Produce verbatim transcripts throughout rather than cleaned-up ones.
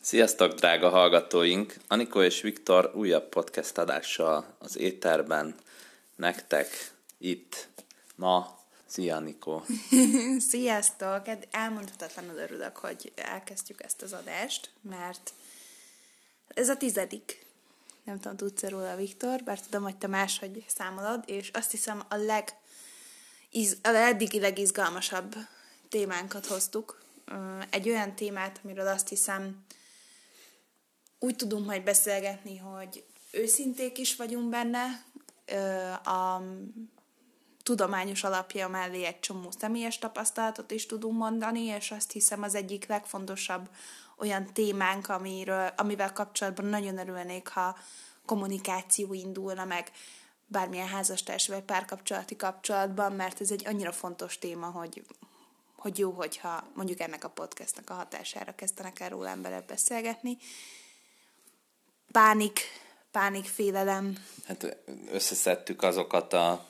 Sziasztok, drága hallgatóink! Anikó és Viktor újabb podcast adással az éterben nektek itt ma. Szia, Anikó! Sziasztok! Elmondhatatlanul örülök, hogy elkezdjük ezt az adást, mert ez a tizedik. Nem tudom, tudsz róla, Viktor, bár tudom, hogy te máshogy számolod, és azt hiszem a leg a eddigi legizgalmasabb témánkat hoztuk. Egy olyan témát, amiről azt hiszem úgy tudunk majd beszélgetni, hogy őszinték is vagyunk benne, a tudományos alapja mellé egy csomó személyes tapasztalatot is tudunk mondani, és azt hiszem az egyik legfontosabb olyan témánk, amiről, amivel kapcsolatban nagyon örülnék, ha kommunikáció indulna meg bármilyen házastárs vagy párkapcsolati kapcsolatban, mert ez egy annyira fontos téma, hogy, hogy jó, hogyha mondjuk ennek a podcastnak a hatására kezdenek el róla emberek beszélgetni. Pánik, pánik, félelem. Hát összeszedtük azokat a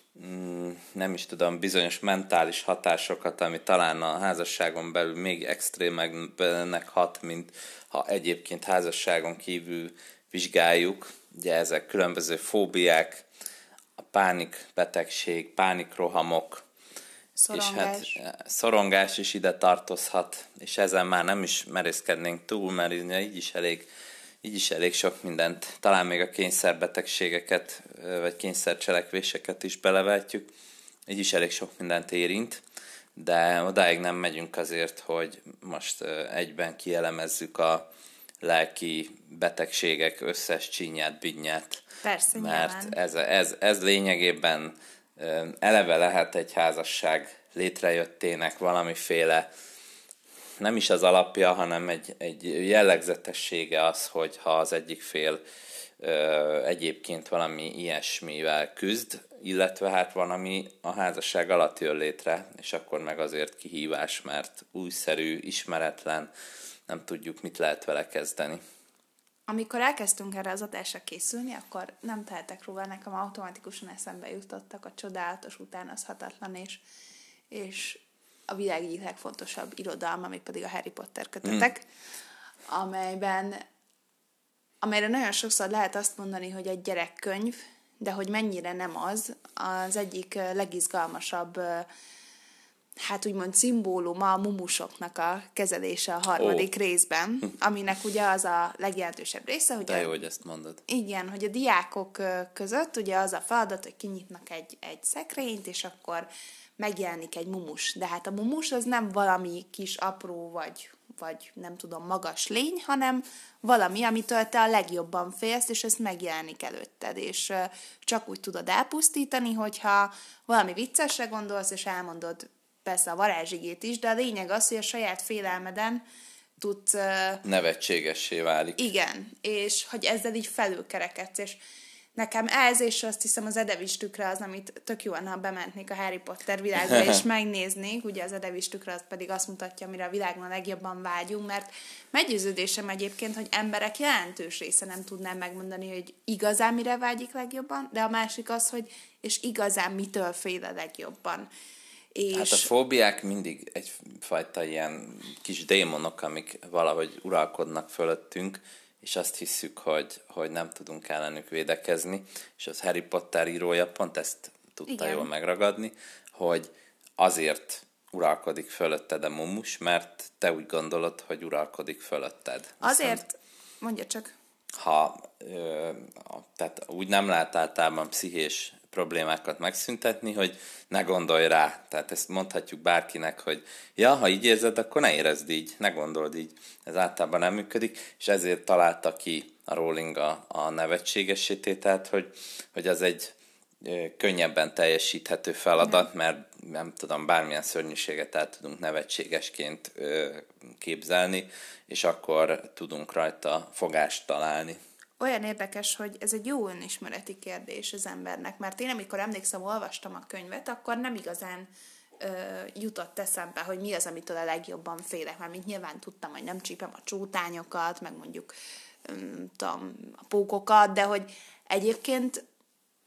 nem is tudom, bizonyos mentális hatásokat, ami talán a házasságon belül még extrémeknek hat, mint ha egyébként házasságon kívül vizsgáljuk. Ugye ezek különböző fóbiák, a pánikbetegség, pánikrohamok, Szorongás. És hát szorongás is ide tartozhat, és ezen már nem is merészkednénk túl, mert így is elég Így is elég sok mindent, talán még a kényszerbetegségeket, vagy kényszercselekvéseket is belevetjük, így is elég sok mindent érint, de odáig nem megyünk azért, hogy most egyben kielemezzük a lelki betegségek összes csínyát, binyát. Persze, mert ez, ez, ez lényegében eleve lehet egy házasság létrejöttének valamiféle, nem is az alapja, hanem egy, egy jellegzetessége az, hogy ha az egyik fél ö, egyébként valami ilyesmivel küzd, illetve hát van, ami a házasság alatt jön létre, és akkor meg azért kihívás, mert újszerű, ismeretlen, nem tudjuk, mit lehet vele kezdeni. Amikor elkezdtünk erre az adásra készülni, akkor nem tehetek róla, nekem automatikusan eszembe jutottak a csodálatos, utánozhatatlan és, és a világ egyik legfontosabb irodalma, ami pedig a Harry Potter kötetek, mm. amelyben, amelyre nagyon sokszor lehet azt mondani, hogy egy gyerekkönyv, de hogy mennyire nem az, az egyik legizgalmasabb, hát úgymond szimbóluma a mumusoknak a kezelése a harmadik oh. részben, aminek ugye az a legjelentősebb része, hogy... De jó, hogy ezt mondod. Igen, hogy a diákok között ugye az a feladat, hogy kinyitnak egy, egy szekrényt, és akkor megjelenik egy mumus. De hát a mumus az nem valami kis apró, vagy, vagy nem tudom, magas lény, hanem valami, amitől te a legjobban félsz, és ez megjelenik előtted, és csak úgy tudod elpusztítani, hogyha valami viccesre gondolsz, és elmondod persze a varázsigét is, de a lényeg az, hogy a saját félelmeden tudsz... nevetségessé válik. Igen, és hogy ezzel így felülkerekedsz, és nekem ez, és azt hiszem az edevistükre az, amit tök jó, ha bementnék a Harry Potter világba, és megnéznék, ugye az edevistükre az pedig azt mutatja, amire a világon a legjobban vágyunk, mert meggyőződésem egyébként, hogy emberek jelentős része nem tudná megmondani, hogy igazán mire vágyik legjobban, de a másik az, hogy és igazán mitől fél a legjobban. És... Hát a fóbiák mindig egyfajta ilyen kis démonok, amik valahogy uralkodnak fölöttünk, és azt hiszük, hogy, hogy nem tudunk ellenük védekezni, és az Harry Potter írója pont ezt tudta Igen. jól megragadni, hogy azért uralkodik fölötted a mumus, mert te úgy gondolod, hogy uralkodik fölötted. Azért, Viszont, mondja csak. Ha ö, tehát úgy nem lehet általában pszichés problémákat megszüntetni, hogy ne gondolj rá. Tehát ezt mondhatjuk bárkinek, hogy ja, ha így érzed, akkor ne érezd így, ne gondold így. Ez általában nem működik, és ezért találta ki a Rowling a, a nevetségesítételt, hogy, hogy az egy ö, könnyebben teljesíthető feladat, mert nem tudom, bármilyen szörnyűséget el tudunk nevetségesként ö, képzelni, és akkor tudunk rajta fogást találni. Olyan érdekes, hogy ez egy jó önismereti kérdés az embernek, mert én amikor emlékszem, olvastam a könyvet, akkor nem igazán ö, jutott eszembe, hogy mi az, amitől a legjobban félek, mert mint nyilván tudtam, hogy nem csípem a csótányokat, meg mondjuk ö, tudom, a pókokat, de hogy egyébként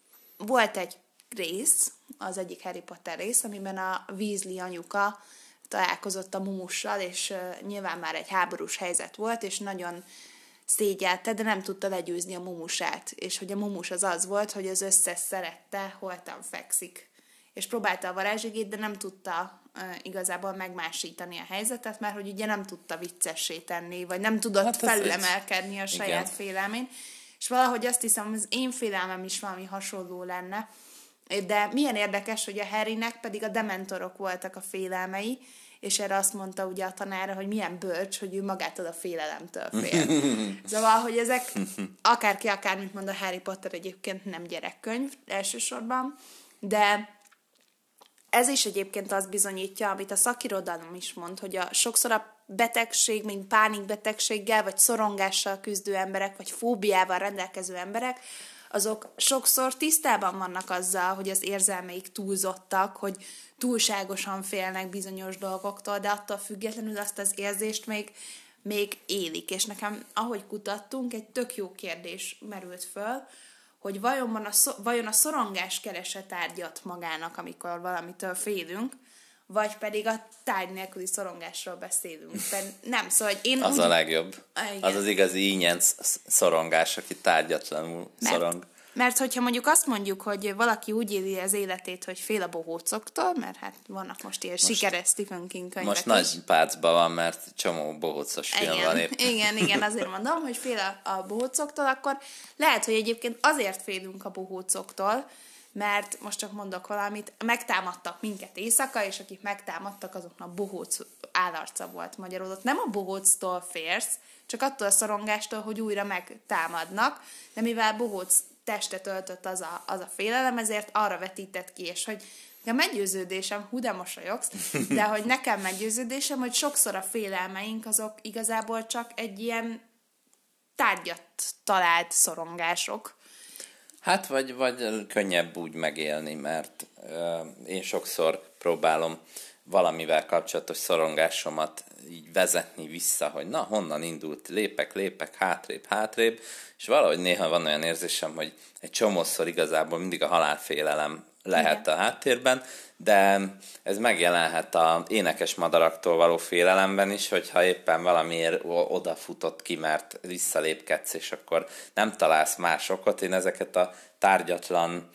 volt egy rész, az egyik Harry Potter rész, amiben a Weasley anyuka találkozott a Mumussal, és uh, nyilván már egy háborús helyzet volt, és nagyon szégyelte, de nem tudta legyőzni a Mumusát. És hogy a Mumus az az volt, hogy az összes szerette, holtan fekszik. És próbálta a varázsigét, de nem tudta uh, igazából megmásítani a helyzetet, mert hogy ugye nem tudta viccessé tenni, vagy nem tudott hát felülemelkedni a saját igen. félelmén. És valahogy azt hiszem, az én félelmem is valami hasonló lenne. De milyen érdekes, hogy a Harrynek pedig a dementorok voltak a félelmei, és erre azt mondta ugye a tanára, hogy milyen bölcs, hogy ő magától a félelemtől fél. Szóval, hogy ezek akárki akármit mond, a Harry Potter egyébként nem gyerekkönyv elsősorban, de ez is egyébként azt bizonyítja, amit a szakirodalom is mond, hogy a, sokszor a betegség, mint pánikbetegséggel, vagy szorongással küzdő emberek, vagy fóbiával rendelkező emberek, azok sokszor tisztában vannak azzal, hogy az érzelmeik túlzottak, hogy túlságosan félnek bizonyos dolgoktól, de attól függetlenül azt az érzést még, még élik. És nekem, ahogy kutattunk, egy tök jó kérdés merült föl, hogy vajon, van a, vajon a szorongás keres tárgyat magának, amikor valamitől félünk, vagy pedig a tárgy nélküli szorongásról beszélünk. De nem, szóval én az úgy... a legjobb. Igen. Az az igazi ínyenc szorongás, aki tárgyatlanul mert, szorong. Mert hogyha mondjuk azt mondjuk, hogy valaki úgy éli az életét, hogy fél a bohócoktól, mert hát vannak most ilyen most, sikeres Stephen King könyvek most is. Nagy pácban van, mert csomó bohócos film igen, van épp. Igen, igen, azért mondom, hogy fél a, a bohócoktól, akkor lehet, hogy egyébként azért félünk a bohócoktól, mert most csak mondok valamit, megtámadtak minket éjszaka, és akik megtámadtak, azoknak bohóc állarca volt magyarul. Ott nem a bohóctól félsz, csak attól a szorongástól, hogy újra megtámadnak, de mivel bohóc testet öltött az a, az a félelem, ezért arra vetített ki, és hogy a meggyőződésem, hú de mosolyogsz, de hogy nekem meggyőződésem, hogy sokszor a félelmeink azok igazából csak egy ilyen tárgyat talált szorongások. Hát, vagy, vagy könnyebb úgy megélni, mert uh, én sokszor próbálom valamivel kapcsolatos szorongásomat így vezetni vissza, hogy na, honnan indult, lépek, lépek, hátrébb, hátrébb, és valahogy néha van olyan érzésem, hogy egy csomószor igazából mindig a halálfélelem lehet igen. a háttérben, de ez megjelenhet a énekes madaraktól való félelemben is, hogyha éppen valamiért odafutott ki, mert visszalépkedsz, és akkor nem találsz más okot. Én ezeket a tárgyatlan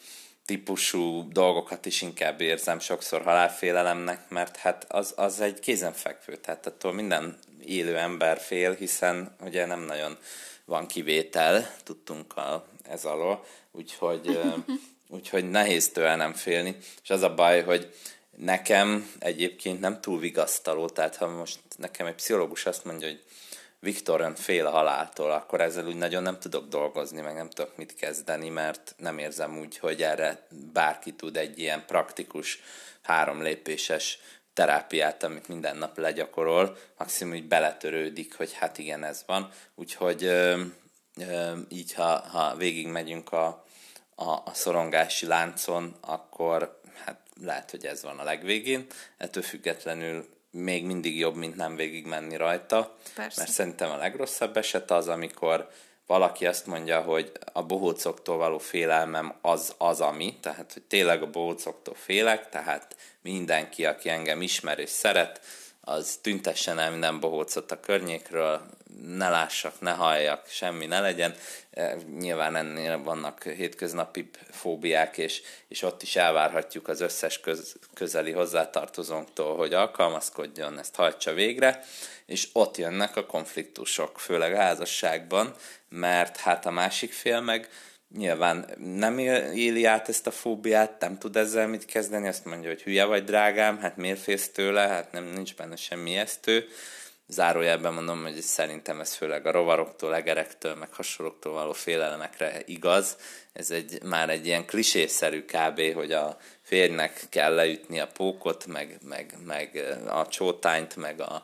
típusú dolgokat is inkább érzem sokszor halálfélelemnek, mert hát az, az egy kézenfekvő, tehát attól minden élő ember fél, hiszen ugye nem nagyon van kivétel, tudtunk a, ez alól, úgyhogy, úgyhogy nehéz tőle nem félni, és az a baj, hogy nekem egyébként nem túl vigasztaló, tehát ha most nekem egy pszichológus azt mondja, hogy Viktor ön fél a haláltól, akkor ezzel úgy nagyon nem tudok dolgozni, meg nem tudok mit kezdeni, mert nem érzem úgy, hogy erre bárki tud egy ilyen praktikus, három lépéses terápiát, amit minden nap legyakorol, maximum úgy beletörődik, hogy hát igen, ez van. Úgyhogy ö, ö, így, ha, ha végigmegyünk a, a, a szorongási láncon, akkor hát lehet, hogy ez van a legvégén. Ettől függetlenül még mindig jobb, mint nem végigmenni rajta. Persze. Mert szerintem a legrosszabb eset az, amikor valaki azt mondja, hogy a bohócoktól való félelmem az az, ami, tehát hogy tényleg a bohócoktól félek, tehát mindenki, aki engem ismer és szeret, az tüntessen el minden bohócot a környékről, ne lássak, ne halljak, semmi ne legyen. Nyilván ennél vannak hétköznapi fóbiák, és, és ott is elvárhatjuk az összes köz, közeli hozzátartozónktól, hogy alkalmazkodjon, ezt hajtsa végre, és ott jönnek a konfliktusok, főleg a házasságban, mert hát a másik fél meg nyilván nem éli át ezt a fóbiát, nem tud ezzel mit kezdeni, azt mondja, hogy hülye vagy drágám, hát miért félsz tőle, hát nem, nincs benne semmi ijesztő. Zárójelben mondom, hogy szerintem ez főleg a rovaroktól, egerektől, meg hasonlóktól való félelemekre igaz. Ez egy, már egy ilyen klisészerű kb., hogy a férjnek kell leütni a pókot, meg, meg, meg a csótányt, meg a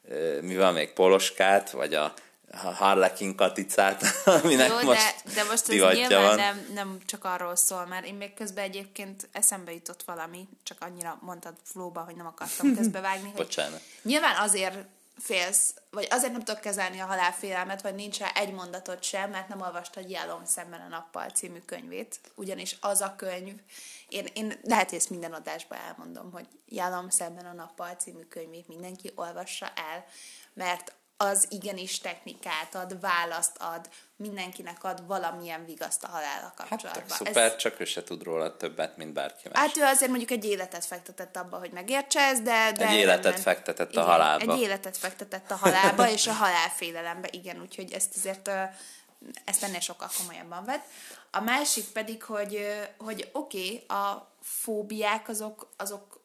mi van még, poloskát, vagy a Harlekin Katicát, aminek jó, most de, de most ez nyilván nem, nem csak arról szól, mert én még közben egyébként eszembe jutott valami, csak annyira mondtad flóba, hogy nem akartam közbevágni. Bocsánat. Nyilván azért félsz, vagy azért nem tudok kezelni a halálfélelmet, vagy nincs rá egy mondatot sem, mert nem olvastad Jálom szemben a nappal című könyvét. Ugyanis az a könyv, én, én lehet, hogy ezt minden adásban elmondom, hogy Jálom szemben a nappal című könyvét mindenki olvassa el, mert az igenis technikát ad, választ ad, mindenkinek ad valamilyen vigaszt a halállal kapcsolatban. Hát szuper, Ez... csak ő se tud róla többet, mint bárki más. Hát ő azért mondjuk egy életet fektetett abba, hogy megértse ezt, de... de egy életet rendben, fektetett igen, a halálba. Egy életet fektetett a halálba, és a halálfélelembe, igen, úgyhogy ezt azért, ezt ennél sokkal komolyabban vett. A másik pedig, hogy, hogy oké, okay, a fóbiák azok, azok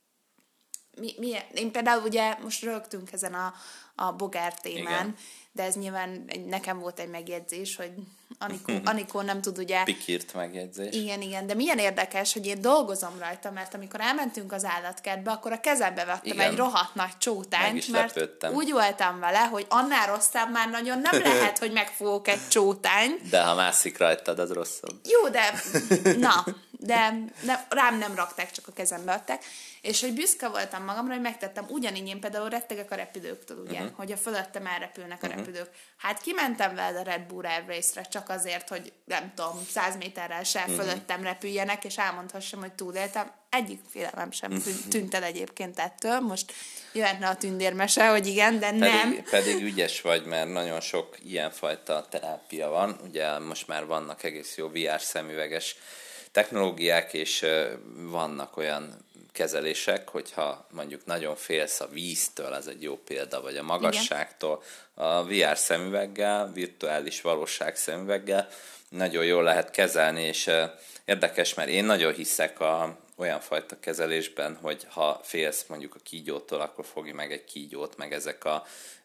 mi, mi, én például ugye most rögtünk ezen a, a bogár témán, igen. De ez nyilván nekem volt egy megjegyzés, hogy Anikó, Anikó nem tud ugye... Pikírt megjegyzés. Igen, igen, de milyen érdekes, hogy én dolgozom rajta, mert amikor elmentünk az állatkertbe, akkor a kezembe vettem igen. egy rohadt nagy csótányt, mert lepődtem. Úgy voltam vele, hogy annál rosszabb már nagyon nem lehet, hogy megfogok egy csótányt. De ha mászik rajtad, az rosszabb. Jó, de... Na, de, de rám nem rakták, csak a kezembe adták. És hogy büszke voltam magamra, hogy megtettem. Ugyanígy én például rettegek a repülőktől, ugye, uh-huh. hogy a fölöttem elrepülnek a uh-huh. repülők. Hát kimentem vele a Red Bull Air Race-re csak azért, hogy nem tudom, száz méterrel se uh-huh. fölöttem repüljenek, és elmondhassam, hogy túléltem. Egyik félelem sem tűnt el egyébként ettől. Most jöhetne a tündérmese, hogy igen, de pedig, nem. Pedig ügyes vagy, mert nagyon sok ilyenfajta terápia van. Ugye most már vannak egész jó vé er szemüveges technológiák, és vannak olyan kezelések, hogyha mondjuk nagyon félsz a víztől, ez egy jó példa, vagy a magasságtól, igen. A vé er szemüveggel, virtuális valóság szemüveggel nagyon jól lehet kezelni, és érdekes, mert én nagyon hiszek a olyan fajta kezelésben, hogy ha félsz mondjuk a kígyótól, akkor fogj meg egy kígyót, meg ezek a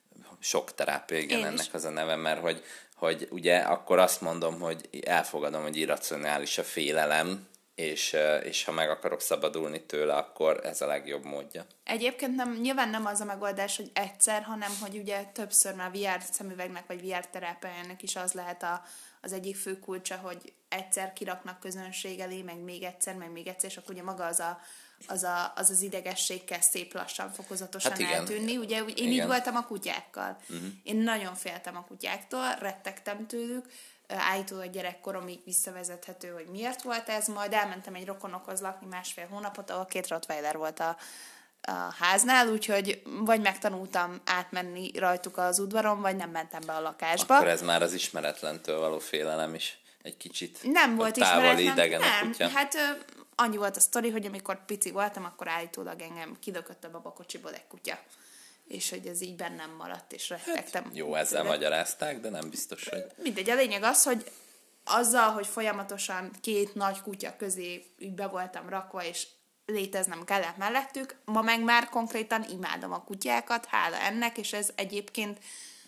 sok terápia, igen, én ennek is. Az a neve, mert hogy, hogy ugye akkor azt mondom, hogy elfogadom, hogy irracionális a félelem, és, és ha meg akarok szabadulni tőle, akkor ez a legjobb módja. Egyébként nem, nyilván nem az a megoldás, hogy egyszer, hanem hogy ugye többször már vé er szemüvegnek, vagy vé er terápiájának is az lehet a, az egyik fő kulcsa, hogy egyszer kiraknak közönség elé, meg még egyszer, meg még egyszer, és akkor ugye maga az a, az, a, az, az idegesség kezd szép lassan, fokozatosan hát eltűnni. Ugye én igen. így voltam a kutyákkal. Uh-huh. Én nagyon féltem a kutyáktól, rettegtem tőlük, állítólag gyerekkoromig visszavezethető, hogy miért volt ez, majd elmentem egy rokonokhoz lakni másfél hónapot, ahol két rottweiler volt a, a háznál, úgyhogy vagy megtanultam átmenni rajtuk az udvaron, vagy nem mentem be a lakásba. Akkor ez már az ismeretlentől való félelem is egy kicsit nem volt ismeretlen, idegen nem, a kutya. Hát ö, annyi volt a sztori, hogy amikor pici voltam, akkor állítólag engem kilökött a babakocsiból egy kutya. És hogy ez így bennem maradt, és rettegtem. Hát, jó, ezzel tőle. Magyarázták, de nem biztos, hogy... Mindegy, a lényeg az, hogy azzal, hogy folyamatosan két nagy kutya közé így be voltam rakva, és léteznem kellett mellettük, ma meg már konkrétan imádom a kutyákat, hála ennek, és ez egyébként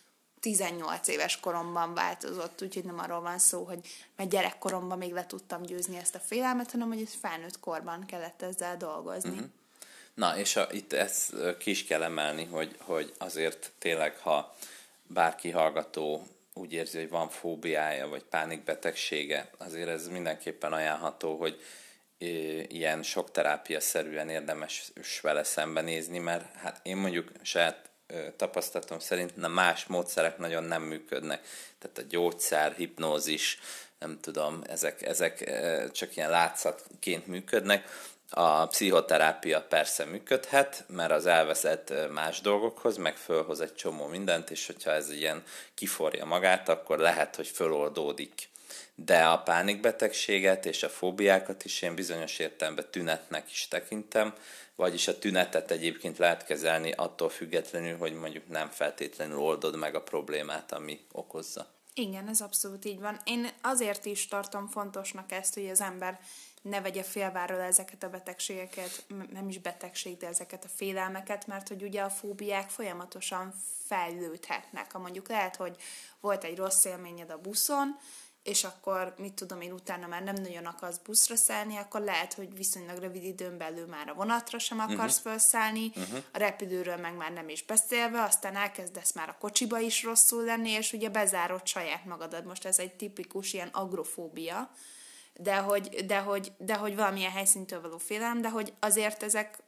tizennyolc éves koromban változott, úgyhogy nem arról van szó, hogy mert gyerekkoromban még le tudtam győzni ezt a félelmet, hanem hogy ez felnőtt korban kellett ezzel dolgozni. Uh-huh. Na, és a, itt ezt ki is kell emelni, hogy, hogy azért tényleg, ha bárki hallgató úgy érzi, hogy van fóbiája, vagy pánikbetegsége, azért ez mindenképpen ajánlható, hogy ilyen sok terápia-szerűen érdemes vele szembenézni, mert hát én mondjuk saját tapasztalatom szerint na más módszerek nagyon nem működnek. Tehát a gyógyszer, hipnózis, nem tudom, ezek, ezek csak ilyen látszatként működnek. A pszichoterápia persze működhet, mert az elvezet más dolgokhoz, meg fölhoz egy csomó mindent, és hogyha ez ilyen kiforja magát, akkor lehet, hogy föloldódik. De a pánikbetegséget és a fóbiákat is én bizonyos értelemben tünetnek is tekintem, vagyis a tünetet egyébként lehet kezelni attól függetlenül, hogy mondjuk nem feltétlenül oldod meg a problémát, ami okozza. Igen, ez abszolút így van. Én azért is tartom fontosnak ezt, hogy az ember ne vegye félváról ezeket a betegségeket, nem is betegség, de ezeket a félelmeket, mert hogy ugye a fóbiák folyamatosan fejlődhetnek. Ha mondjuk lehet, hogy volt egy rossz élményed a buszon, és akkor, mit tudom én, utána már nem nagyon akarsz buszra szállni, akkor lehet, hogy viszonylag rövid időn belül már a vonatra sem akarsz uh-huh. felszállni, uh-huh. a repülőről meg már nem is beszélve, aztán elkezdesz már a kocsiba is rosszul lenni, és ugye bezárod saját magadat. Most ez egy tipikus ilyen agrofóbia, de hogy, de hogy, de hogy valamilyen helyszíntől való félelem, de hogy azért ezek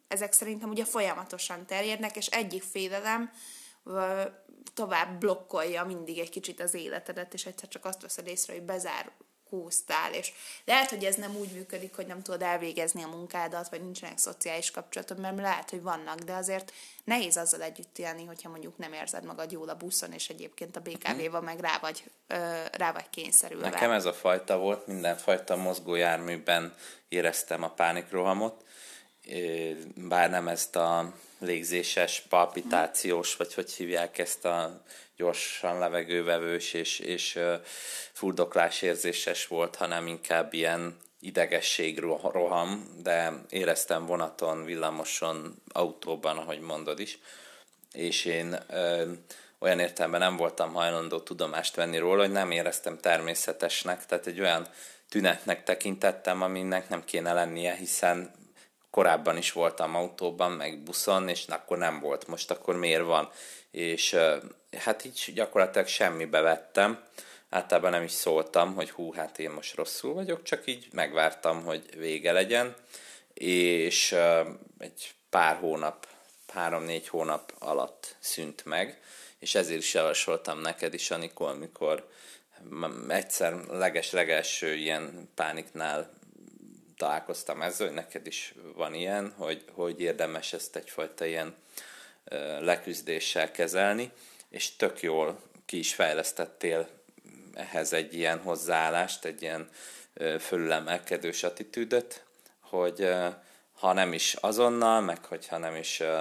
ezek szerintem ugye folyamatosan terjednek, és egyik félelem tovább blokkolja mindig egy kicsit az életedet, és egyszer csak azt veszed észre, hogy bezárkóztál, és lehet, hogy ez nem úgy működik, hogy nem tudod elvégezni a munkádat, vagy nincsenek szociális kapcsolatod, mert lehet, hogy vannak, de azért nehéz azzal együtt élni, hogyha mondjuk nem érzed magad jól a buszon, és egyébként a bé ká vé-val meg rá vagy, ö, rá vagy kényszerülve. Nekem ez a fajta volt, mindenfajta mozgójárműben éreztem a pánikrohamot, bár nem ezt a légzéses, palpitációs, vagy hogy hívják ezt a gyorsan levegővevős és, és fuldoklás érzéses volt, hanem inkább ilyen idegesség roham, de éreztem vonaton, villamoson, autóban, ahogy mondod is, és én ö, olyan értelemben nem voltam hajlandó tudomást venni róla, hogy nem éreztem természetesnek, tehát egy olyan tünetnek tekintettem, aminek nem kéne lennie, hiszen korábban is voltam autóban, meg buszon, és akkor nem volt, most akkor miért van? És hát így gyakorlatilag semmibe vettem, általában nem is szóltam, hogy hú, hát én most rosszul vagyok, csak így megvártam, hogy vége legyen, és egy pár hónap, három-négy hónap alatt szűnt meg, és ezért is javasoltam neked is, Anikó, amikor egyszer leges-legelső ilyen pániknál találkoztam ezzel, hogy neked is van ilyen, hogy, hogy érdemes ezt egyfajta ilyen ö, leküzdéssel kezelni, és tök jól ki is fejlesztettél ehhez egy ilyen hozzáállást, egy ilyen ö, fölülemelkedős attitűdöt, hogy ö, ha nem is azonnal, meg hogyha nem is ö,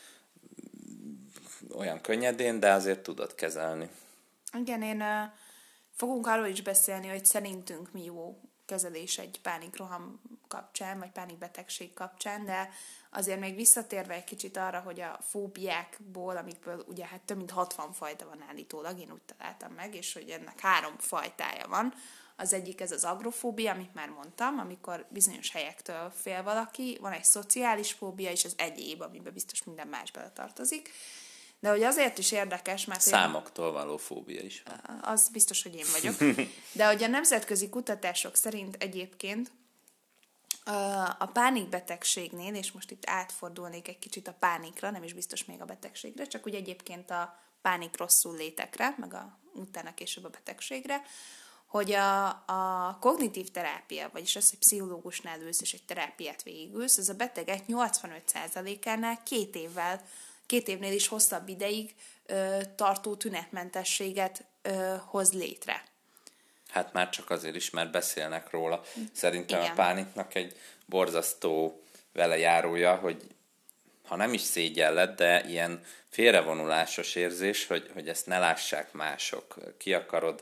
olyan könnyedén, de azért tudod kezelni. Igen, én ö, fogunk arról is beszélni, hogy szerintünk mi jó kezelés egy pánikroham kapcsán, vagy pánikbetegség kapcsán, de azért még visszatérve egy kicsit arra, hogy a fóbiákból, amikből ugye hát több mint hatvan fajta van állítólag, én úgy találtam meg, és hogy ennek három fajtája van. Az egyik ez az agrofóbia, amit már mondtam, amikor bizonyos helyektől fél valaki, van egy szociális fóbia, és az egyéb, amiben biztos minden más beletartozik. De hogy azért is érdekes, mert... Számoktól való fóbia is van. Az biztos, hogy én vagyok. De hogy a nemzetközi kutatások szerint egyébként a pánikbetegségnél, és most itt átfordulnék egy kicsit a pánikra, nem is biztos még a betegségre, csak úgy egyébként a pánik rosszul létekre, meg a, utána később a betegségre, hogy a, a kognitív terápia, vagyis az, hogy pszichológusnál ülsz és egy terápiát végigülsz, az a betegek nyolcvanöt százalékánál két évvel két évnél is hosszabb ideig ö, tartó tünetmentességet ö, hoz létre. Hát már csak azért is, mert beszélnek róla. Szerintem Igen. A pániknak egy borzasztó vele járója, hogy ha nem is szégyelled, de ilyen félrevonulásos érzés, hogy, hogy ezt ne lássák mások. Ki akarod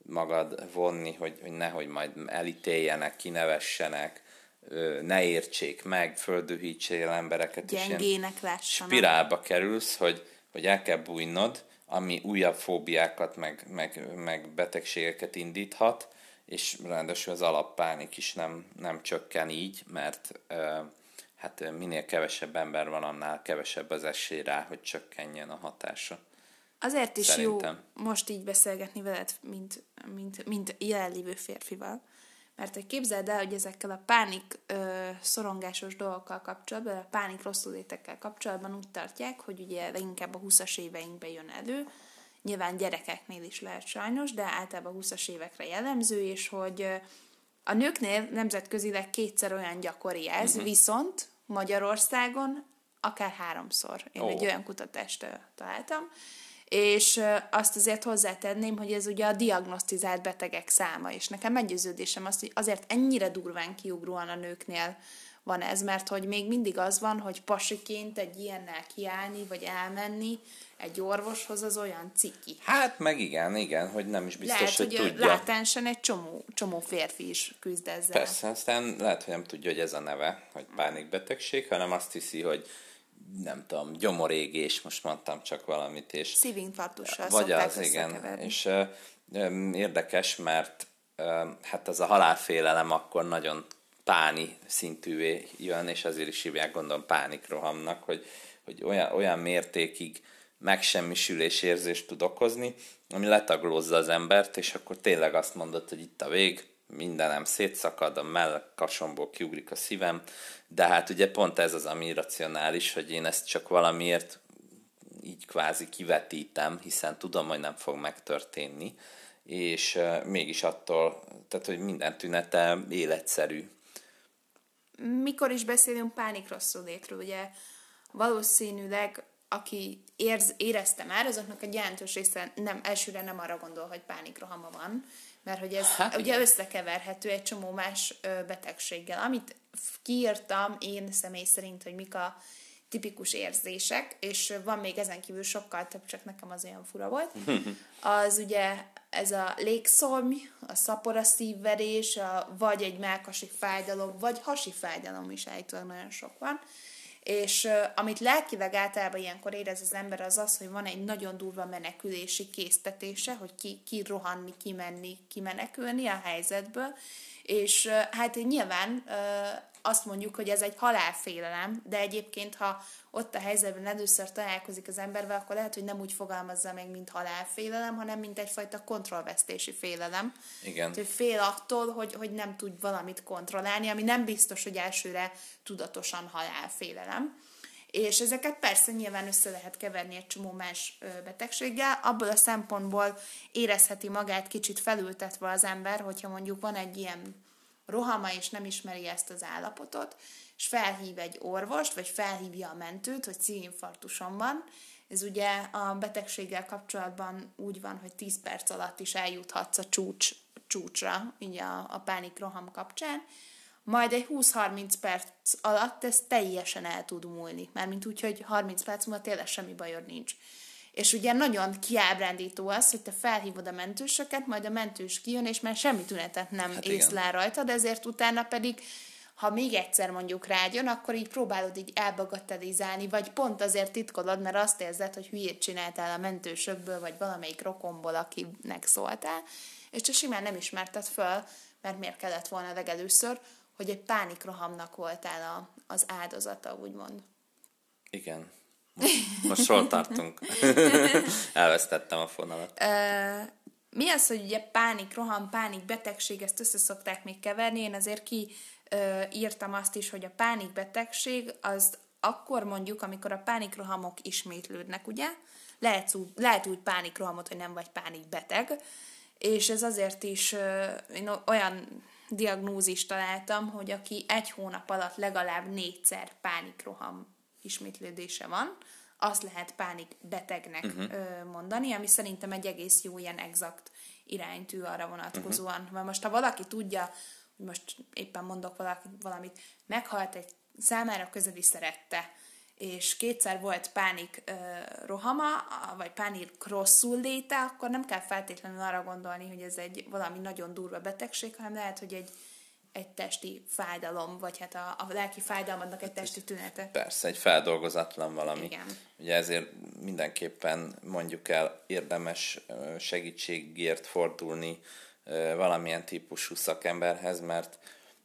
magad vonni, hogy, hogy nehogy majd elítéljenek, kinevessenek, ne értsék meg, földühítsél embereket. Gyengének lássanak. Spirálba kerülsz, hogy, hogy el kell bújnod, ami újabb fóbiákat, meg, meg, meg betegségeket indíthat, és ráadásul az alappánik is nem, nem csökken így, mert uh, hát minél kevesebb ember van, annál kevesebb az esély rá, hogy csökkenjen a hatása. Azért is Szerintem. Jó most így beszélgetni veled, mint, mint, mint jelenlévő férfival. Mert hogy képzeld el, hogy ezekkel a pánik ö, szorongásos dolgokkal kapcsolatban, a pánik rosszulétekkel kapcsolatban úgy tartják, hogy ugye leginkább a húszas éveinkben jön elő, nyilván gyerekeknél is lehet sajnos, de általában a húszas évekre jellemző, és hogy a nőknél nemzetközileg kétszer olyan gyakori ez, uh-huh. viszont Magyarországon akár háromszor. Én oh. egy olyan kutatást uh, találtam, és azt azért hozzátenném, hogy ez ugye a diagnosztizált betegek száma, és nekem meggyőződésem az, hogy azért ennyire durván kiugróan a nőknél van ez, mert hogy még mindig az van, hogy pasiként egy ilyennel kiállni, vagy elmenni egy orvoshoz, az olyan ciki. Hát meg igen, igen, hogy nem is biztos, lehet, hogy, hogy tudja. Látánsan egy csomó, csomó férfi is küzd ezzel. Persze, aztán lehet, hogy nem tudja, hogy ez a neve, hogy pánikbetegség, hanem azt hiszi, hogy nem tudom, gyomorégés, most mondtam csak valamit, és... Szívinfarktussal vagy szokták az, igen. összekeverni. És uh, érdekes, mert uh, hát az a halálfélelem akkor nagyon páni szintűvé jön, és azért is hívják, gondolom, pánikrohamnak, hogy, hogy olyan, olyan mértékig megsemmisülés érzést tud okozni, ami letaglózza az embert, és akkor tényleg azt mondod, hogy itt a vég, mindenem szétszakad, a mellkasomból kiugrik a szívem, de hát ugye pont ez az, ami irracionális, hogy én ezt csak valamiért így kvázi kivetítem, hiszen tudom, hogy nem fog megtörténni, és uh, mégis attól, tehát hogy minden tünete életszerű. Mikor is beszélünk pánikrosszulétről, ugye valószínűleg aki érz, érezte már, azoknak egy jelentős része nem, elsőre nem arra gondol, hogy pánikrohama van, mert hogy ez hát, ugye igen. összekeverhető egy csomó más ö, betegséggel. Amit kiírtam én személy szerint, hogy mik a tipikus érzések, és van még ezen kívül sokkal több, csak nekem az olyan fura volt, az ugye ez a légszomj, a szapora szívverés, a, vagy egy mellkasi fájdalom, vagy hasi fájdalom is állítólag nagyon sok van, és uh, amit lelkileg általában ilyenkor érez az ember, az az, hogy van egy nagyon durva menekülési késztetése, hogy ki, ki rohanni, kimenni, kimenekülni a helyzetből, és uh, hát nyilván uh, azt mondjuk, hogy ez egy halálfélelem, de egyébként, ha ott a helyzetben először találkozik az embervel, akkor lehet, hogy nem úgy fogalmazza meg, mint halálfélelem, hanem mint egyfajta kontrollvesztési félelem. Igen. Tehát fél attól, hogy, hogy nem tud valamit kontrollálni, ami nem biztos, hogy elsőre tudatosan halálfélelem. És ezeket persze nyilván össze lehet keverni egy csomó más betegséggel. Abból a szempontból érezheti magát kicsit felültetve az ember, hogyha mondjuk van egy ilyen rohama, és nem ismeri ezt az állapotot, és felhív egy orvost, vagy felhívja a mentőt, hogy szívinfarktusom van. Ez ugye a betegséggel kapcsolatban úgy van, hogy tíz perc alatt is eljuthatsz a csúcs, csúcsra, így a, a pánikroham kapcsán. Majd egy húsz-harminc perc alatt ez teljesen el tud múlni. Mármint úgy, hogy harminc perc múlva tényleg semmi bajod nincs. És ugye nagyon kiábrándító az, hogy te felhívod a mentősöket, majd a mentős kijön, és már semmi tünetet nem hát észlel rajtad, ezért utána pedig, ha még egyszer mondjuk rájön, akkor így próbálod így elbagatelizálni, vagy pont azért titkolod, mert azt érzed, hogy hülyét csináltál a mentősökből, vagy valamelyik rokonból, akinek szóltál, és csak simán nem ismerted föl, mert miért kellett volna legelőször, hogy egy pánikrohamnak voltál a, az áldozata, úgymond. Igen. Most hol tartunk? Elvesztettem a fonalat. Uh, mi az, hogy ugye pánik, roham, pánik, betegség, ezt össze szokták még keverni. Én azért ki uh, írtam azt is, hogy a pánikbetegség az akkor mondjuk, amikor a pánikrohamok ismétlődnek, ugye? Lehet, lehet úgy pánikrohamot, hogy nem vagy pánikbeteg, és ez azért is uh, én olyan diagnózist találtam, hogy aki egy hónap alatt legalább négyszer pánikroham ismétlődése van, azt lehet pánikbetegnek uh-huh. mondani, ami szerintem egy egész jó ilyen exakt iránytű arra vonatkozóan. Uh-huh. Mert most, ha valaki tudja, hogy most éppen mondok valaki, valamit, meghalt egy számára közeli szerette, és kétszer volt pánik uh, rohama, vagy pánik rosszul léte, akkor nem kell feltétlenül arra gondolni, hogy ez egy valami nagyon durva betegség, hanem lehet, hogy egy egy testi fájdalom, vagy hát a, a lelki fájdalmadnak egy testi tünete. Persze, egy feldolgozatlan valami. Igen. Ugye ezért mindenképpen mondjuk el érdemes segítségért fordulni valamilyen típusú szakemberhez, mert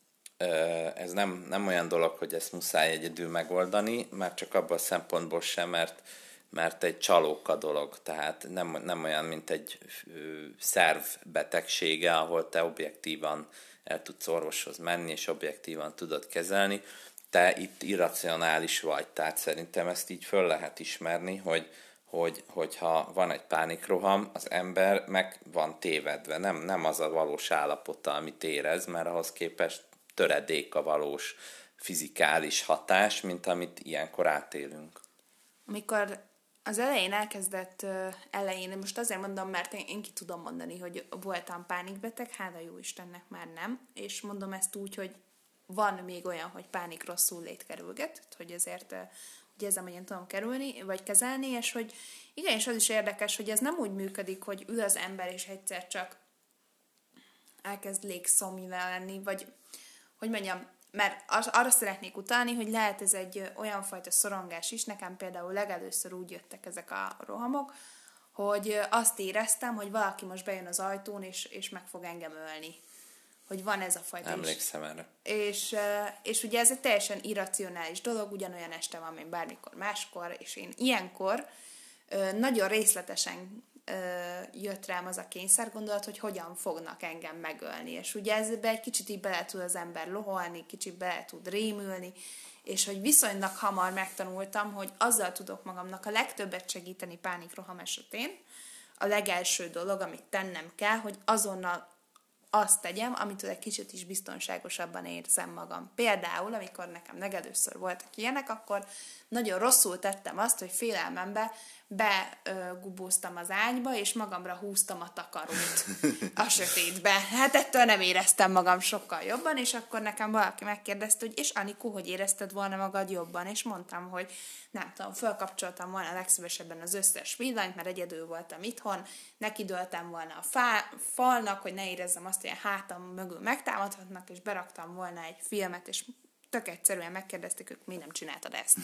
ez nem, nem olyan dolog, hogy ezt muszáj egyedül megoldani, már csak abban a szempontból sem, mert, mert egy csalóka dolog, tehát nem, nem olyan, mint egy szerv betegsége, ahol te objektívan el tudsz orvoshoz menni, és objektívan tudod kezelni. Te itt irracionális vagy, tehát szerintem ezt így föl lehet ismerni, hogy, hogy, hogyha van egy pánikroham, az ember meg van tévedve. Nem, nem az a valós állapota, amit érez, mert ahhoz képest töredék a valós fizikális hatás, mint amit ilyenkor átélünk. Amikor az elején elkezdett, elején, most azért mondom, mert én, én ki tudom mondani, hogy voltam pánikbeteg, hála jó Istennek már nem, és mondom ezt úgy, hogy van még olyan, hogy pánik rosszul lét kerülget, hogy ezért hogy ezzel megint tudom kerülni, vagy kezelni, és hogy igen, és az is érdekes, hogy ez nem úgy működik, hogy ül az ember, és egyszer csak elkezd légszomjúvá lenni, vagy hogy mondjam, mert arra szeretnék utalni, hogy lehet ez egy olyan fajta szorongás is, nekem például legelőször úgy jöttek ezek a rohamok, hogy azt éreztem, hogy valaki most bejön az ajtón, és, és meg fog engem ölni. Hogy van ez a fajta Emlékszem erre. És, és ugye ez egy teljesen irracionális dolog, ugyanolyan este van, mint bármikor máskor, és én ilyenkor nagyon részletesen ö, jött rám az a kényszergondolat, hogy hogyan fognak engem megölni. És ugye ezbe egy kicsit így bele tud az ember loholni, kicsit bele tud rémülni, és hogy viszonylag hamar megtanultam, hogy azzal tudok magamnak a legtöbbet segíteni pánikroham esetén. A legelső dolog, amit tennem kell, hogy azonnal azt tegyem, amitől egy kicsit is biztonságosabban érzem magam. Például, amikor nekem legelőször voltak ilyenek, akkor nagyon rosszul tettem azt, hogy félelmembe begubóztam az ágyba, és magamra húztam a takarót a sötétbe. Hát ettől nem éreztem magam sokkal jobban, és akkor nekem valaki megkérdezte, hogy és Anikó, hogy érezted volna magad jobban? És mondtam, hogy nem tudom, fölkapcsoltam volna legszívesebben az összes villanyt, mert egyedül voltam itthon, nekidőltem volna a fá, falnak, hogy ne érezzem azt, hogy a hátam mögül megtámadhatnak, és beraktam volna egy filmet, és tök egyszerűen megkérdezték, ők miért nem csináltad ezt.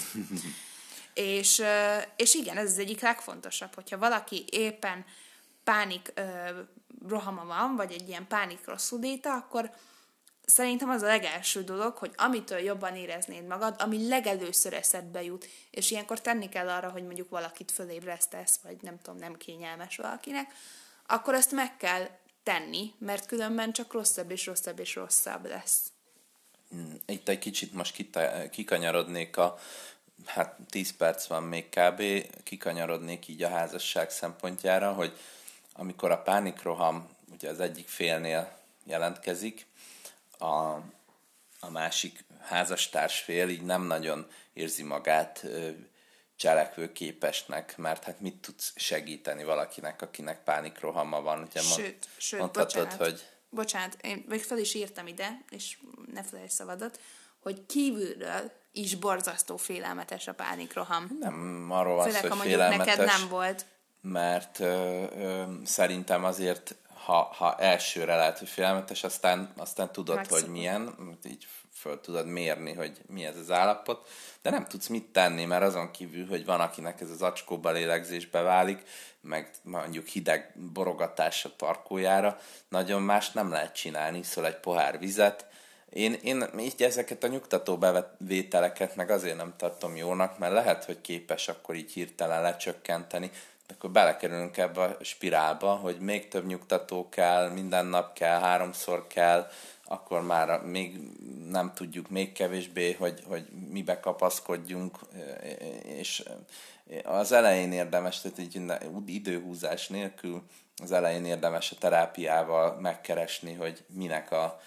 és, és igen, ez az egyik legfontosabb, hogyha valaki éppen pánik ö, rohama van, vagy egy ilyen pánik rosszudéta, akkor szerintem az a legelső dolog, hogy amitől jobban éreznéd magad, ami legelőször eszedbe jut, és ilyenkor tenni kell arra, hogy mondjuk valakit fölébresztesz, vagy nem tudom, nem kényelmes valakinek, akkor ezt meg kell tenni, mert különben csak rosszabb és rosszabb és rosszabb lesz. Itt egy kicsit most kita- kikanyarodnék a, hát tíz perc van még kb. Kikanyarodnék így a házasság szempontjára, hogy amikor a pánikroham ugye az egyik félnél jelentkezik, a, a másik házastárs fél így nem nagyon érzi magát ö, cselekvőképesnek, mert hát mit tudsz segíteni valakinek, akinek pánikrohama van? Ugye Sőt, sőt, mondhatod, bocsánat, hogy... bocsánat, én még fel is írtam ide, és ne felejtsd szavadat, hogy kívülről is borzasztó félelmetes a pánikroham. Nem arról van Főleg, szó, ha hogy mondjuk félelmetes, neked nem volt. mert ö, ö, szerintem azért, ha, ha elsőre lehet, hogy félelmetes, aztán, aztán tudod, Megszokod. hogy milyen, így föl tudod mérni, hogy mi ez az állapot, de nem tudsz mit tenni, mert azon kívül, hogy van, akinek ez az acskóba lélegzésbe válik, meg mondjuk hideg borogatás a tarkójára, nagyon más nem lehet csinálni, szóval egy pohár vizet. Én, én így ezeket a nyugtató bevételeket meg azért nem tartom jónak, mert lehet, hogy képes akkor így hirtelen lecsökkenteni, de akkor belekerülünk ebbe a spirálba, hogy még több nyugtató kell, minden nap kell, háromszor kell, akkor már még nem tudjuk még kevésbé, hogy, hogy mibe kapaszkodjunk, és az elején érdemes, tehát így időhúzás nélkül, az elején érdemes a terápiával megkeresni, hogy minek a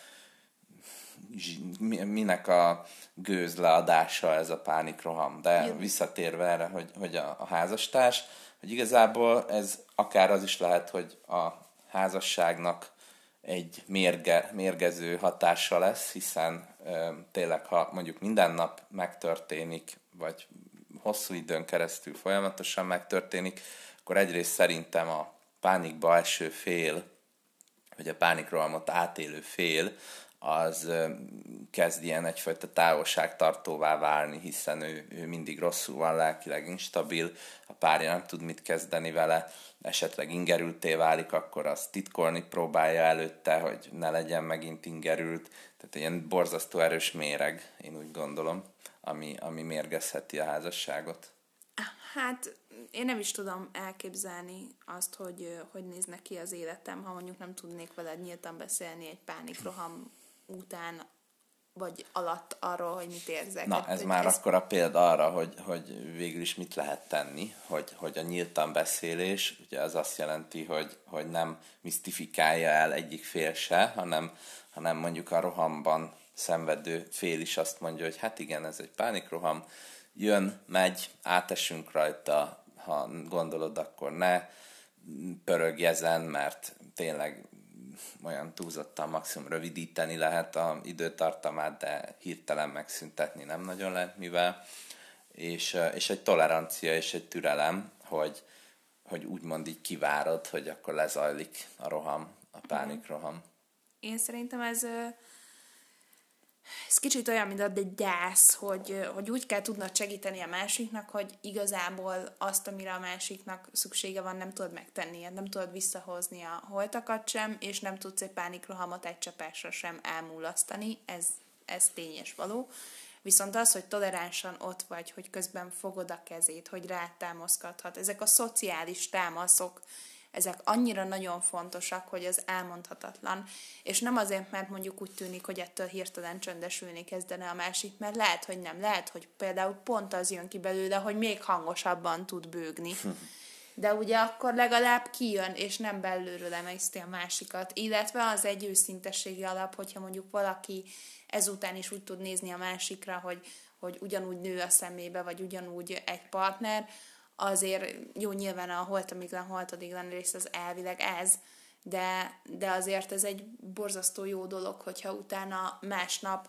minek a gőzleadása ez a pánikroham. De Jó. visszatérve erre, hogy, hogy a, a házastárs, hogy igazából ez akár az is lehet, hogy a házasságnak egy mérge, mérgező hatása lesz, hiszen e, tényleg, ha mondjuk minden nap megtörténik, vagy hosszú időn keresztül folyamatosan megtörténik, akkor egyrészt szerintem a pánikba eső fél, vagy a pánikrohamot átélő fél, az kezd ilyen egyfajta távolságtartóvá válni, hiszen ő, ő mindig rosszul van, lelkileg instabil, a párja nem tud mit kezdeni vele, esetleg ingerülté válik, akkor azt titkolni próbálja előtte, hogy ne legyen megint ingerült. Tehát ilyen borzasztó erős méreg, én úgy gondolom, ami, ami mérgezheti a házasságot. Hát én nem is tudom elképzelni azt, hogy hogy néz neki az életem, ha mondjuk nem tudnék veled nyíltan beszélni egy pánikroham után, vagy alatt arról, hogy mit érzek. Na, ez már ez... akkor a példa arra, hogy, hogy végül is mit lehet tenni, hogy, hogy a nyíltan beszélés, ugye az azt jelenti, hogy, hogy nem misztifikálja el egyik fél se, hanem, hanem mondjuk a rohamban szenvedő fél is azt mondja, hogy hát igen, ez egy pánikroham, jön, megy, átesünk rajta, ha gondolod, akkor ne pörögj ezen, mert tényleg olyan túlzottan maximum rövidíteni lehet az időtartamát, de hirtelen megszüntetni nem nagyon lehet mivel. És, és egy tolerancia és egy türelem, hogy, hogy úgymond így kivárod, hogy akkor lezajlik a roham, a pánikroham. Én szerintem ez, ez kicsit olyan, mint egy gyász, hogy, hogy úgy kell tudnod segíteni a másiknak, hogy igazából azt, amire a másiknak szüksége van, nem tudod megtenni, nem tudod visszahozni a holtakat sem, és nem tudsz egy pánikrohamot egy csapásra sem elmúlasztani, ez, ez tényes való. Viszont az, hogy toleránsan ott vagy, hogy közben fogod a kezét, hogy rátámaszkodhat, ezek a szociális támaszok, ezek annyira nagyon fontosak, hogy az elmondhatatlan, és nem azért, mert mondjuk úgy tűnik, hogy ettől hirtelen csöndesülni kezdene a másik, mert lehet, hogy nem, lehet, hogy például pont az jön ki belőle, hogy még hangosabban tud bőgni. De ugye akkor legalább kijön, és nem belülről emészti a másikat. Illetve az egy őszintességi alap, hogyha mondjuk valaki ezután is úgy tud nézni a másikra, hogy, hogy ugyanúgy nő a szemébe, vagy ugyanúgy egy partner, azért jó, nyilván a holtamiglan, holtadiglan rész az elvileg ez, de, de azért ez egy borzasztó jó dolog, hogyha utána másnap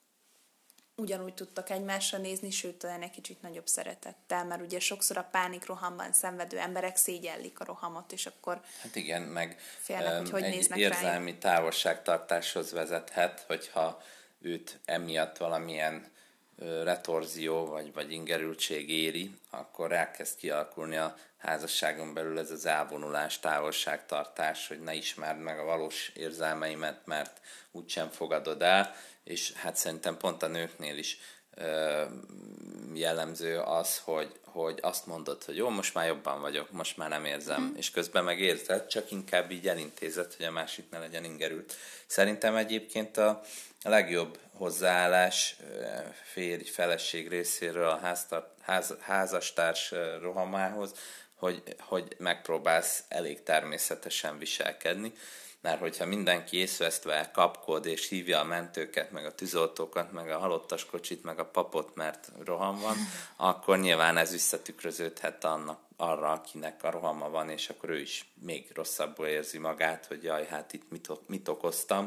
ugyanúgy tudtak egymásra nézni, sőt, talán egy kicsit nagyobb szeretettel, mert ugye sokszor a pánikrohamban szenvedő emberek szégyellik a rohamot, és akkor hát igen, meg félnek, hogy hogy egy néznek érzelmi rájuk. távolságtartáshoz vezethet, hogyha őt emiatt valamilyen retorzió vagy, vagy ingerültség éri, akkor elkezd kialakulni a házasságon belül ez az elvonulás, távolságtartás, hogy ne ismerd meg a valós érzelmeimet, mert úgysem fogadod el, és hát szerintem pont a nőknél is ö, jellemző az, hogy, hogy azt mondod, hogy jó, most már jobban vagyok, most már nem érzem, mm. és közben meg érzed, csak inkább így elintézed, hogy a másik ne legyen ingerült. Szerintem egyébként a, a legjobb hozzáállás férj, feleség részéről a háztart, ház, házastárs rohamához, hogy, hogy megpróbálsz elég természetesen viselkedni, mert hogyha mindenki észvesztve kapkod és hívja a mentőket, meg a tűzoltókat, meg a halottas kocsit, meg a papot, mert roham van, akkor nyilván ez visszatükröződhet annak, arra, akinek a rohama van, és akkor ő is még rosszabbul érzi magát, hogy jaj, hát itt mit, mit okoztam.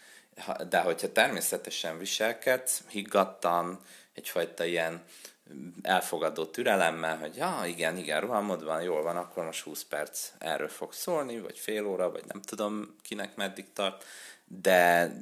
De hogyha természetesen viselkedsz, higgadtan, egyfajta ilyen elfogadó türelemmel, hogy ja, igen, igen, rohamod van, jól van, akkor most húsz perc erről fog szólni, vagy fél óra, vagy nem tudom kinek meddig tart, de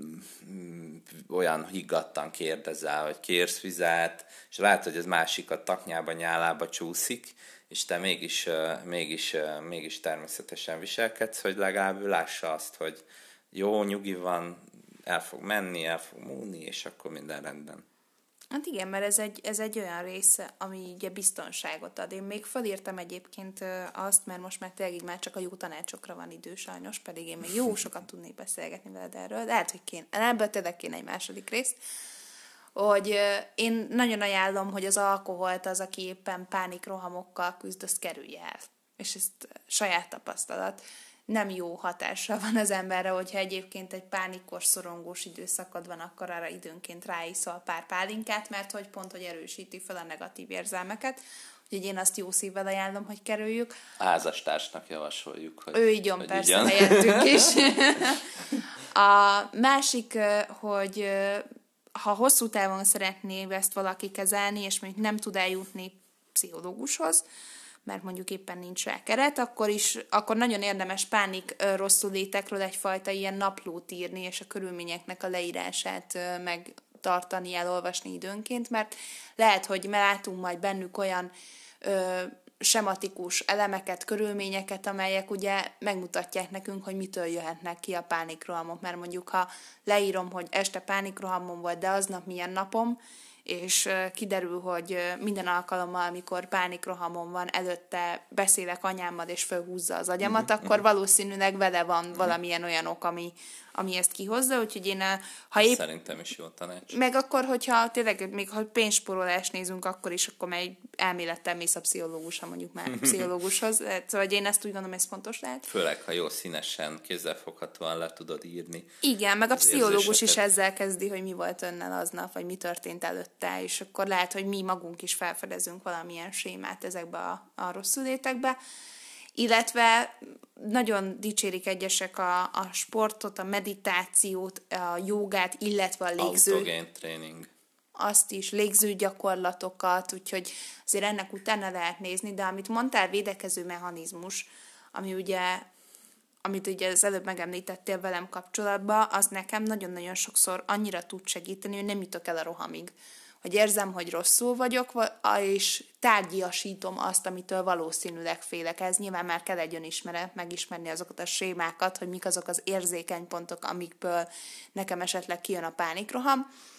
olyan higgadtan kérdezel, hogy kérsz vizet, és látod, hogy ez másik a taknyába, nyálába csúszik, és te mégis, mégis, mégis természetesen viselkedsz, hogy legalább ő lássa azt, hogy jó, nyugi van, el fog menni, el fog múlni, és akkor minden rendben. Hát igen, mert ez egy, ez egy olyan része, ami ugye biztonságot ad. Én még felírtam egyébként azt, mert most már tényleg így már csak a jó tanácsokra van idő sajnos, pedig én még jó sokat tudnék beszélgetni veled erről, de lehet, hogy kéne, ebből tényleg kéne egy második rész, hogy én nagyon ajánlom, hogy az alkoholt az, aki éppen pánikrohamokkal küzd, azt kerülje el. És ezt saját tapasztalat. Nem jó hatással van az emberre, hogyha egyébként egy pánikos, szorongós időszakod van, akkor arra időnként ráiszol pár pálinkát, mert hogy pont, hogy erősíti fel a negatív érzelmeket. Úgyhogy én azt jó szívvel ajánlom, hogy kerüljük. A házastársnak javasoljuk, hogy ő igyon, persze, helyettünk is. A másik, hogy ha hosszú távon szeretné ezt valaki kezelni, és mondjuk nem tud eljutni pszichológushoz, mert mondjuk éppen nincs rá keret, akkor is, akkor nagyon érdemes pánik rosszulétekről egyfajta ilyen naplót írni, és a körülményeknek a leírását megtartani, elolvasni időnként, mert lehet, hogy látunk majd bennük olyan ö, sematikus elemeket, körülményeket, amelyek ugye megmutatják nekünk, hogy mitől jöhetnek ki a pánikrohamok, mert mondjuk ha leírom, hogy este pánikrohamom volt, de aznap milyen napom, és kiderül, hogy minden alkalommal, amikor pánikrohamom van, előtte beszélek anyámmal, és fölhúzza az agyamat, uh-huh, akkor uh-huh. valószínűleg vele van uh-huh. valamilyen olyan ok, ami, ami ezt kihozza, úgyhogy én, ha épp... Szerintem is jó tanács. Meg akkor, hogyha tényleg, még ha pénzspórolást nézünk, akkor is, akkor megy elmélettel mész a pszichológusra, mondjuk már pszichológushoz. Szóval én ezt úgy gondolom, ez fontos lehet. Főleg, ha jó színesen, kézzelfoghatóan le tudod írni. Igen, meg a pszichológus is ezzel kezdi, hogy mi volt önnel aznap, vagy mi történt előtte, és akkor lehet, hogy mi magunk is felfedezünk valamilyen sémát ezekbe a, a rosszulétekbe. Illetve nagyon dicsérik egyesek a, a sportot, a meditációt, a jogát, illetve a légző... Autogén tréning. Azt is, légző gyakorlatokat, úgyhogy azért ennek utána lehet nézni, de amit mondtál, védekező mechanizmus, ami ugye, amit ugye az előbb megemlítettél velem kapcsolatban, az nekem nagyon-nagyon sokszor annyira tud segíteni, hogy nem jutok el a rohamig. Hogy érzem, hogy rosszul vagyok, és tárgyasítom azt, amitől valószínűleg félek. Ez nyilván már kell egy önismeret, megismerni azokat a sémákat, hogy mik azok az érzékeny pontok, amikből nekem esetleg kijön a pánikroham.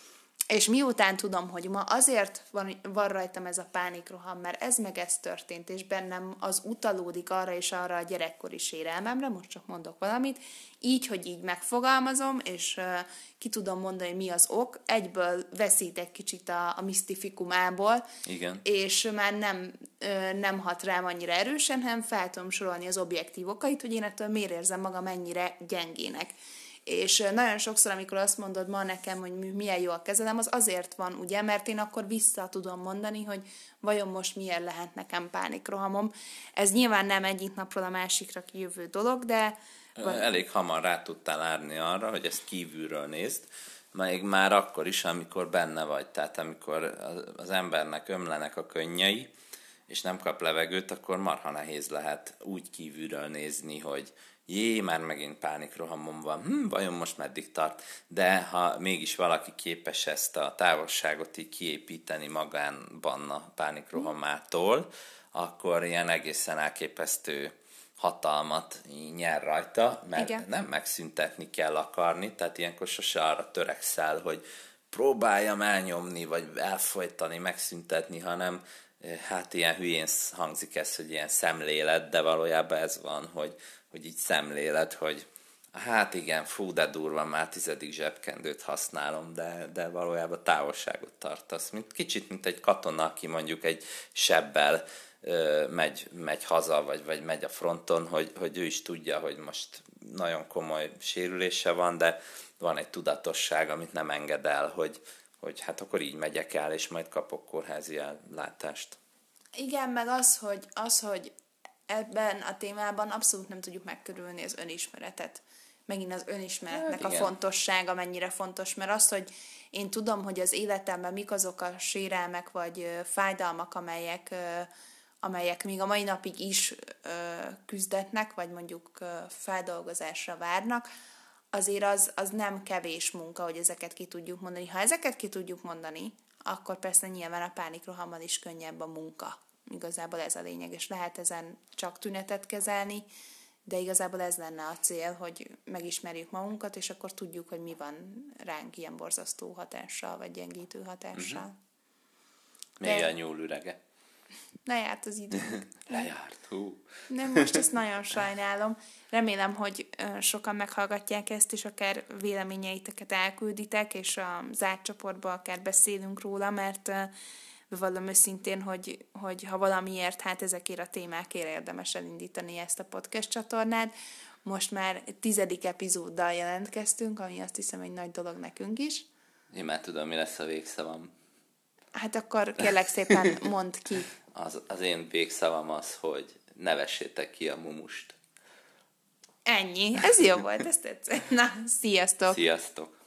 És miután tudom, hogy ma azért van, van rajtam ez a pánikroham, mert ez meg ez történt, és bennem az utalódik arra és arra a gyerekkori sérelmemre, most csak mondok valamit, így, hogy így megfogalmazom, és uh, ki tudom mondani, hogy mi az ok, egyből veszít egy kicsit a, a misztifikumából, Igen. és már nem, uh, nem hat rám annyira erősen, hanem fel tudom sorolni az objektív okait, hogy én ettől miért érzem magam ennyire gyengének. És nagyon sokszor, amikor azt mondod ma nekem, hogy milyen jó a kezelem, az azért van, ugye, mert én akkor vissza tudom mondani, hogy vajon most miért lehet nekem pánikrohamom. Ez nyilván nem egyik napról a másikra kijövő dolog, de... Elég hamar rá tudtál árni arra, hogy ezt kívülről nézd, még már akkor is, amikor benne vagy. Tehát amikor az embernek ömlenek a könnyei, és nem kap levegőt, akkor marha nehéz lehet úgy kívülről nézni, hogy jé, már megint pánikrohamom van, hm, vajon most meddig tart? De ha mégis valaki képes ezt a távolságot így kiépíteni magánban a pánikrohamától, akkor ilyen egészen elképesztő hatalmat nyer rajta, mert igen. Nem megszüntetni kell akarni, tehát ilyenkor sose arra törekszel, hogy próbáljam elnyomni, vagy elfolytani, megszüntetni, hanem hát ilyen hülyén hangzik ez, hogy ilyen szemlélet, de valójában ez van, hogy, hogy így szemlélet, hogy hát igen, fú, de durva, már tizedik zsebkendőt használom, de, de valójában távolságot tartasz. Mint, kicsit, mint egy katona, aki mondjuk egy sebbel ö, megy, megy haza, vagy, vagy megy a fronton, hogy, hogy ő is tudja, hogy most nagyon komoly sérülése van, de van egy tudatosság, amit nem enged el, hogy hogy hát akkor így megyek el, és majd kapok kórházi ellátást. Igen, meg az, hogy, az, hogy ebben a témában abszolút nem tudjuk megkerülni az önismeretet. Megint az önismeretnek hát, a fontossága mennyire fontos, mert az, hogy én tudom, hogy az életemben mik azok a sérelmek, vagy fájdalmak, amelyek, amelyek még a mai napig is küzdetnek, vagy mondjuk feldolgozásra várnak, azért az, az nem kevés munka, hogy ezeket ki tudjuk mondani. Ha ezeket ki tudjuk mondani, akkor persze nyilván a pánikrohammal is könnyebb a munka. Igazából ez a lényeg, és lehet ezen csak tünetet kezelni, de igazából ez lenne a cél, hogy megismerjük magunkat, és akkor tudjuk, hogy mi van ránk ilyen borzasztó hatással, vagy gyengítő hatással. Uh-huh. Még de... a nyúl ürege. Lejárt az idő. Lejárt, hú. Nem, most ezt nagyon sajnálom. Remélem, hogy sokan meghallgatják ezt, és akár véleményeiteket elkülditek, és a zárt csoportban akár beszélünk róla, mert bevallom őszintén, hogy, hogy ha valamiért, hát ezekért a témákért érdemes elindítani ezt a podcast csatornát. Most már tizedik epizóddal jelentkeztünk, ami azt hiszem egy nagy dolog nekünk is. Én már tudom, mi lesz a végszavam. Hát akkor kérlek szépen mondd ki. Az, az én végszavam az, hogy ne vessétek ki a mumust. Ennyi. Ez jó volt, ez tetszett. Na, sziasztok! Sziasztok!